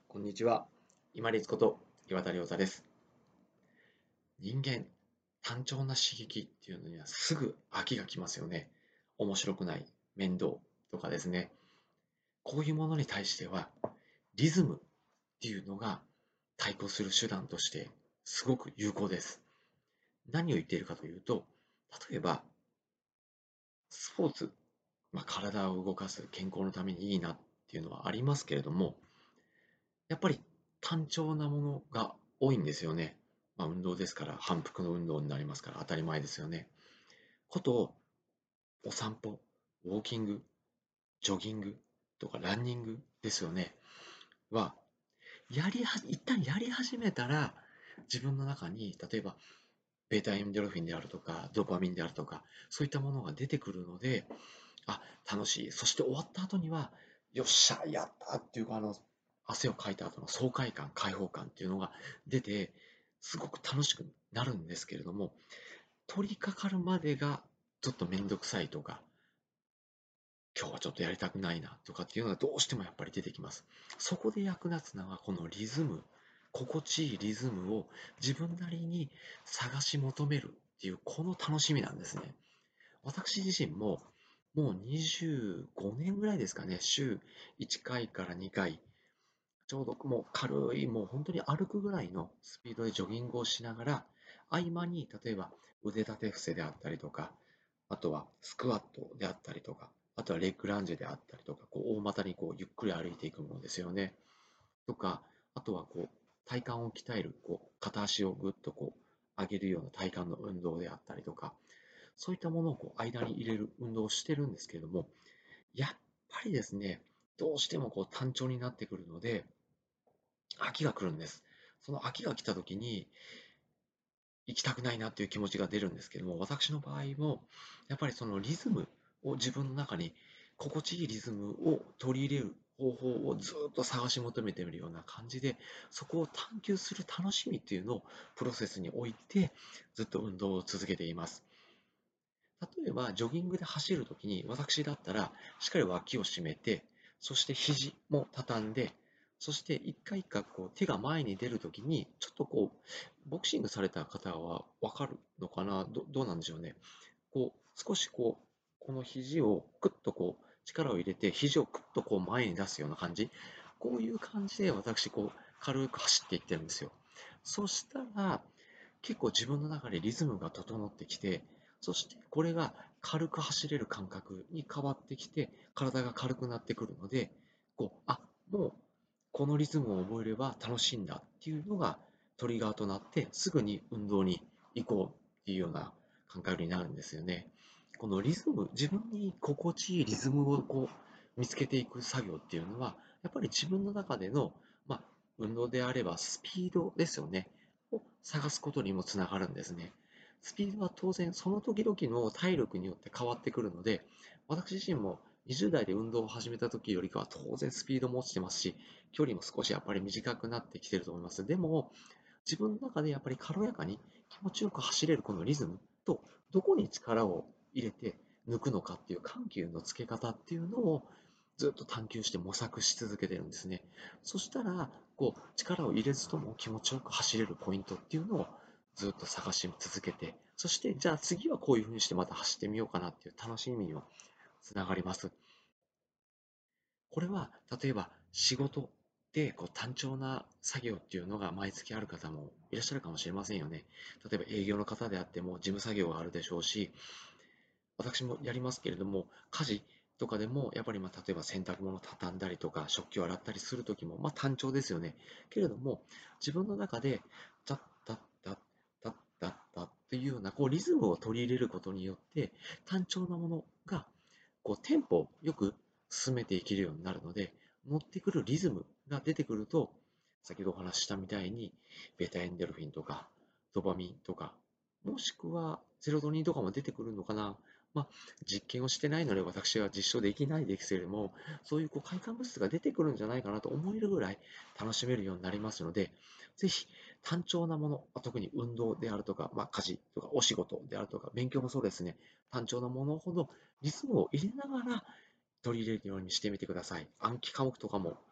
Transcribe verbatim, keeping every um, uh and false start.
こんにちは。今立こと岩田亮太です。人間、単調な刺激っていうのにはすぐ飽きがきますよね。面白くない、面倒とかですね。こういうものに対しては、リズムっていうのが対抗する手段としてすごく有効です。何を言っているかというと、例えばスポーツ、まあ、体を動かす健康のためにいいなっていうのはありますけれども、やっぱり単調なものが多いんですよね。まあ、運動ですから反復の運動になりますから当たり前ですよね。ことお散歩、ウォーキング、ジョギングとかランニングですよね。は、やりは、一旦やり始めたら自分の中に例えばベータエンドルフィンであるとかドーパミンであるとかそういったものが出てくるので、あ、楽しい。そして終わった後には、よっしゃ、やったっていうか、あの、汗をかいた後の爽快感、解放感っていうのが出て、すごく楽しくなるんですけれども、取り掛かるまでがちょっとめんどくさいとか、今日はちょっとやりたくないなとかっていうのがどうしてもやっぱり出てきます。そこで役立つのはこのリズム、心地いいリズムを自分なりに探し求めるっていうこの楽しみなんですね。私自身ももうにじゅうごねんぐらいですかね、週いっかいからにかい、ちょうどもう軽い、もう本当に歩くぐらいのスピードでジョギングをしながら、合間に例えば腕立て伏せであったりとか、あとはスクワットであったりとか、あとはレッグランジであったりとか、こう大股にこうゆっくり歩いていくものですよね。とか、あとはこう体幹を鍛える、こう片足をぐっとこう上げるような体幹の運動であったりとか、そういったものをこう間に入れる運動をしてるんですけれども、やっぱりですね、どうしてもこう単調になってくるので、飽きが来るんです。その飽きが来た時に、行きたくないなっていう気持ちが出るんですけども、私の場合も、やっぱりそのリズムを自分の中に、心地いいリズムを取り入れる方法をずっと探し求めてみるような感じで、そこを探求する楽しみっていうのをプロセスにおいて、ずっと運動を続けています。例えば、ジョギングで走るときに、私だったら、しっかり脇を締めて、そして肘も畳んで、そして一回一回こう手が前に出るときに、ちょっとこう、ボクシングされた方はわかるのかな、ど、どうなんでしょうね。こう、少しこう、この肘をクッとこう、力を入れて、肘をクッとこう前に出すような感じ。こういう感じで私、こう、軽く走っていってるんですよ。そしたら、結構自分の中でリズムが整ってきて、そしてこれが軽く走れる感覚に変わってきて、体が軽くなってくるので、こう、あ、もうこのリズムを覚えれば楽しいんだっていうのがトリガーとなって、すぐに運動に行こうっていうような感覚になるんですよね。このリズム、自分に心地いいリズムをこう見つけていく作業っていうのは、やっぱり自分の中での、まあ、運動であればスピードですよね。を探すことにもつながるんですね。スピードは当然その時々の体力によって変わってくるので、私自身もにじゅう代で運動を始めた時よりかは当然スピードも落ちてますし、距離も少しやっぱり短くなってきてると思います。でも、自分の中でやっぱり軽やかに気持ちよく走れるこのリズムと、どこに力を入れて抜くのかっていう緩急のつけ方っていうのをずっと探求して模索し続けてるんですね。そしたら、こう、力を入れずとも気持ちよく走れるポイントっていうのをずっと探し続けて、そして、じゃあ次はこういうふうにしてまた走ってみようかなっていう楽しみにもつながります。これは、例えば仕事でこう単調な作業っていうのが毎月ある方もいらっしゃるかもしれませんよね。例えば営業の方であっても事務作業があるでしょうし、私もやりますけれども、家事とかでも、やっぱりまあ例えば洗濯物を畳んだりとか、食器を洗ったりするときも、まあ単調ですよね。けれども、自分の中で、タッタッタッタッタッタッっていうようなこうリズムを取り入れることによって、単調なものがこうテンポをよく進めていけるようになるので、乗ってくるリズムが出てくると、先ほどお話ししたみたいに、ベータエンドルフィンとか、ドパミンとか、もしくはセロトニンとかも出てくるのかな。まあ、実験をしてないので私は実証できないですけれども、そういうこう快感物質が出てくるんじゃないかなと思えるぐらい楽しめるようになりますので、ぜひ単調なもの、特に運動であるとか、まあ、家事とかお仕事であるとか、勉強もそうですね、単調なものほどリズムを入れながら取り入れるようにしてみてください。暗記科目とかも